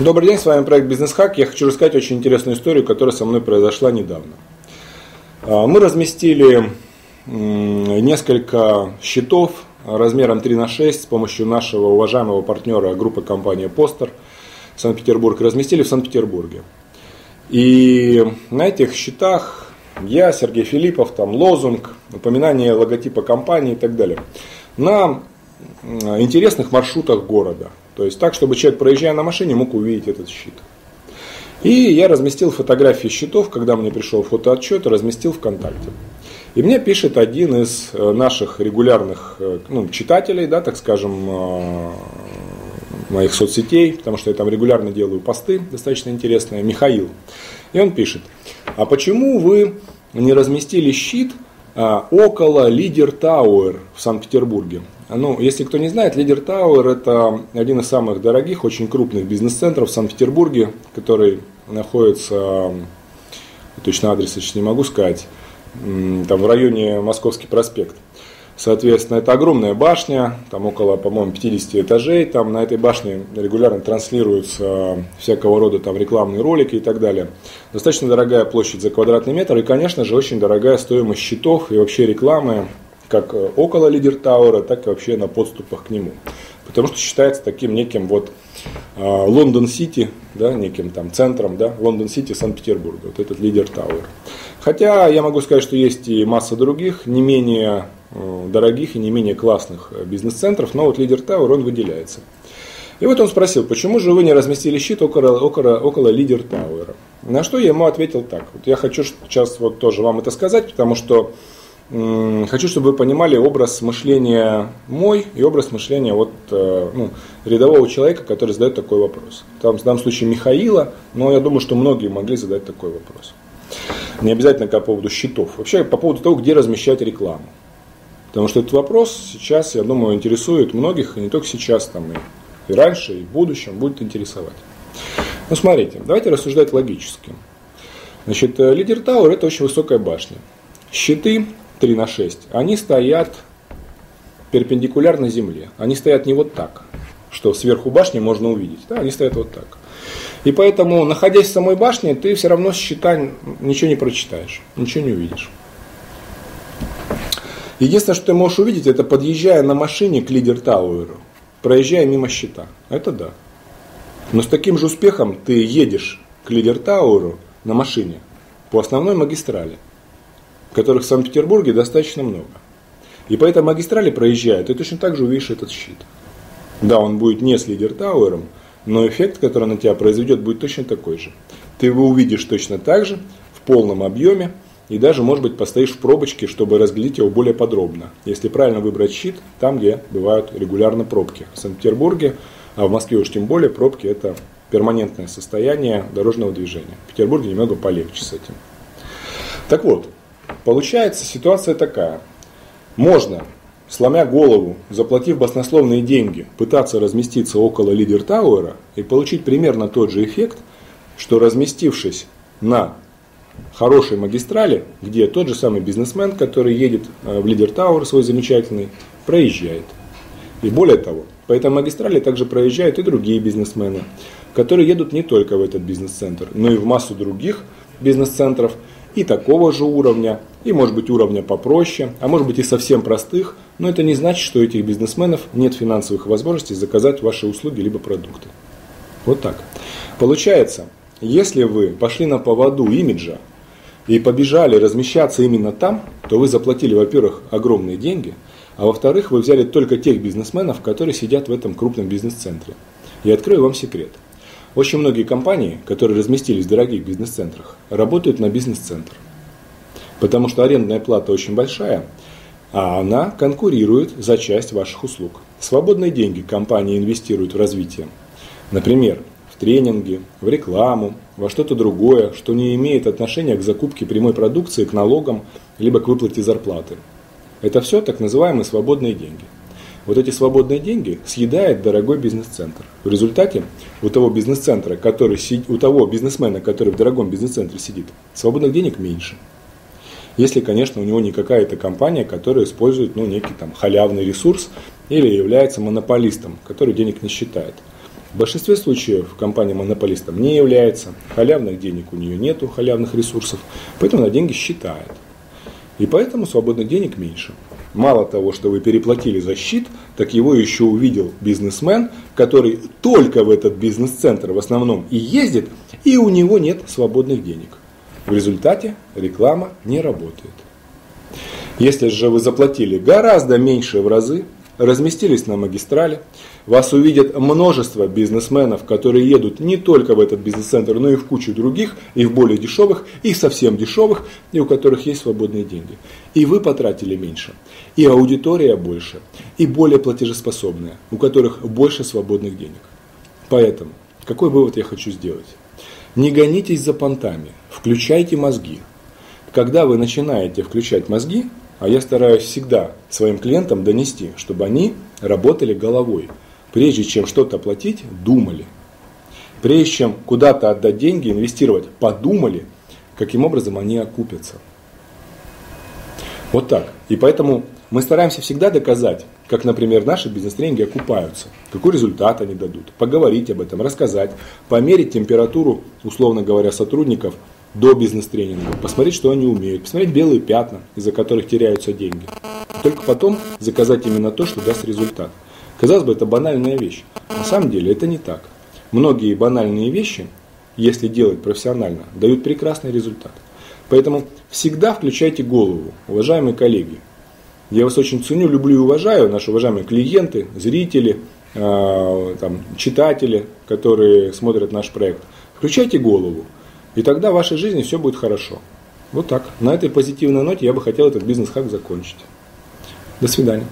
Добрый день, с вами проект «Бизнес-хак». Я хочу рассказать очень интересную историю, которая со мной произошла недавно. Мы разместили несколько счетов размером 3х6 с помощью нашего уважаемого партнера группы компании «Постер» Санкт-Петербург. Разместили в Санкт-Петербурге. И на этих счетах я, Сергей Филиппов, там лозунг, упоминание логотипа компании и так далее. На интересных маршрутах города. То есть так, чтобы человек, проезжая на машине, мог увидеть этот щит. И я разместил фотографии счетов, когда мне пришел фотоотчет, разместил ВКонтакте. И мне пишет один из наших регулярных читателей, да, так скажем, моих соцсетей, потому что я там регулярно делаю посты, достаточно интересные, Михаил. И он пишет: а почему вы не разместили щит около Лидер Тауэр в Санкт-Петербурге? Если кто не знает, Лидер Тауэр — это один из самых дорогих, очень крупных бизнес-центров в Санкт-Петербурге, который находится, точно адрес сейчас не могу сказать, там в районе Московский проспект. Соответственно, это огромная башня, там около, по-моему, 50 этажей, там на этой башне регулярно транслируются всякого рода там рекламные ролики и так далее. Достаточно дорогая площадь за квадратный метр и, конечно же, очень дорогая стоимость счетов и вообще рекламы, как около Лидер Тауэра, так и вообще на подступах к нему. Потому что считается таким неким Лондон-Сити, да, неким там центром, да, Лондон-Сити Санкт-Петербурга, вот этот Лидер Тауэр. Хотя я могу сказать, что есть и масса других, не менее дорогих и не менее классных бизнес-центров, но вот Лидер Тауэр, он выделяется. И вот он спросил, почему же вы не разместили щит около Лидер Тауэра? На что я ему ответил так. Вот я хочу сейчас вот тоже вам это сказать, потому что хочу, чтобы вы понимали образ мышления мой и образ мышления рядового человека, который задает такой вопрос. Там в данном случае Михаила, но я думаю, что многие могли задать такой вопрос. Не обязательно по поводу счетов. Вообще по поводу того, где размещать рекламу. Потому что этот вопрос сейчас, я думаю, интересует многих, и не только сейчас, там, и раньше, и в будущем будет интересовать. Смотрите, давайте рассуждать логически. Значит, Лидер Тауэр — это очень высокая башня. Щиты 3х6, они стоят перпендикулярно земле. Они стоят не вот так, что сверху башни можно увидеть. Да, они стоят вот так. И поэтому, находясь в самой башне, ты все равно с щита ничего не прочитаешь, ничего не увидишь. Единственное, что ты можешь увидеть, это подъезжая на машине к Лидер Тауэру, проезжая мимо щита. Это да. Но с таким же успехом ты едешь к Лидер Тауэру на машине по основной магистрали, которых в Санкт-Петербурге достаточно много. И по этой магистрали проезжая, ты точно так же увидишь этот щит. Да, он будет не с Лидер Тауэром, но эффект, который на тебя произведет, будет точно такой же. Ты его увидишь точно так же, в полном объеме, и даже, может быть, постоишь в пробочке, чтобы разглядеть его более подробно. Если правильно выбрать щит, там, где бывают регулярно пробки. В Санкт-Петербурге, а в Москве уж тем более, пробки — это перманентное состояние дорожного движения. В Петербурге немного полегче с этим. Так вот, получается ситуация такая. Можно, сломя голову, заплатив баснословные деньги, пытаться разместиться около Лидер Тауэра и получить примерно тот же эффект, что разместившись на хорошей магистрали, где тот же самый бизнесмен, который едет в Лидер Тауэр свой замечательный, проезжает. И более того, по этой магистрали также проезжают и другие бизнесмены, которые едут не только в этот бизнес-центр, но и в массу других бизнес-центров, и такого же уровня, и может быть уровня попроще, а может быть и совсем простых, но это не значит, что у этих бизнесменов нет финансовых возможностей заказать ваши услуги либо продукты. Вот так. Получается, если вы пошли на поводу имиджа и побежали размещаться именно там, то вы заплатили, во-первых, огромные деньги, а во-вторых, вы взяли только тех бизнесменов, которые сидят в этом крупном бизнес-центре. И открою вам секрет. Очень многие компании, которые разместились в дорогих бизнес-центрах, работают на бизнес-центр. Потому что арендная плата очень большая, а она конкурирует за часть ваших услуг. Свободные деньги компании инвестируют в развитие. Например, в тренинги, в рекламу, во что-то другое, что не имеет отношения к закупке прямой продукции, к налогам, либо к выплате зарплаты. Это все так называемые свободные деньги. Вот эти свободные деньги съедает дорогой бизнес-центр. В результате у того бизнес-центра, у того бизнесмена, который в дорогом бизнес-центре сидит, свободных денег меньше. Если, конечно, у него не какая-то компания, которая использует некий там халявный ресурс или является монополистом, который денег не считает. В большинстве случаев компания монополистом не является, халявных денег у нее нету, халявных ресурсов, поэтому она деньги считает. И поэтому свободных денег меньше. Мало того, что вы переплатили за щит, так его еще увидел бизнесмен, который только в этот бизнес-центр в основном и ездит, и у него нет свободных денег. В результате реклама не работает. Если же вы заплатили гораздо меньше в разы, разместились на магистрали, вас увидят множество бизнесменов, которые едут не только в этот бизнес-центр, но и в кучу других, и в более дешевых, и совсем дешевых, и у которых есть свободные деньги. И вы потратили меньше, и аудитория больше, и более платежеспособная, у которых больше свободных денег. Поэтому, какой вывод я хочу сделать? Не гонитесь за понтами, включайте мозги. Когда вы начинаете включать мозги, а я стараюсь всегда своим клиентам донести, чтобы они работали головой. Прежде чем что-то платить, думали. Прежде чем куда-то отдать деньги, инвестировать, подумали, каким образом они окупятся. Вот так. И поэтому мы стараемся всегда доказать, как, например, наши бизнес-тренинги окупаются, какой результат они дадут, поговорить об этом, рассказать, померить температуру, условно говоря, сотрудников до бизнес-тренинга, посмотреть, что они умеют, посмотреть белые пятна, из-за которых теряются деньги. И только потом заказать именно то, что даст результат. Казалось бы, это банальная вещь. На самом деле это не так. Многие банальные вещи, если делать профессионально, дают прекрасный результат. Поэтому всегда включайте голову, уважаемые коллеги. Я вас очень ценю, люблю и уважаю, наши уважаемые клиенты, зрители, читатели, которые смотрят наш проект. Включайте голову. И тогда в вашей жизни все будет хорошо. Вот так. На этой позитивной ноте я бы хотел этот бизнес-хак закончить. До свидания.